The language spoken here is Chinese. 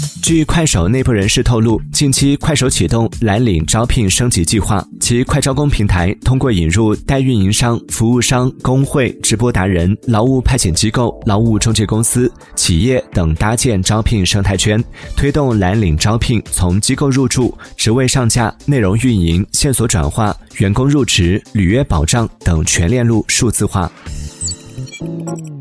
据快手内部人士透露，近期快手启动蓝领招聘升级计划，其快招工平台通过引入代运营商、服务商、工会、直播达人、劳务派遣机构、劳务中介公司、企业等搭建招聘生态圈，推动蓝领招聘从机构入驻、职位上架、内容运营、线索转化、员工入职、履约保障等全链路数字化。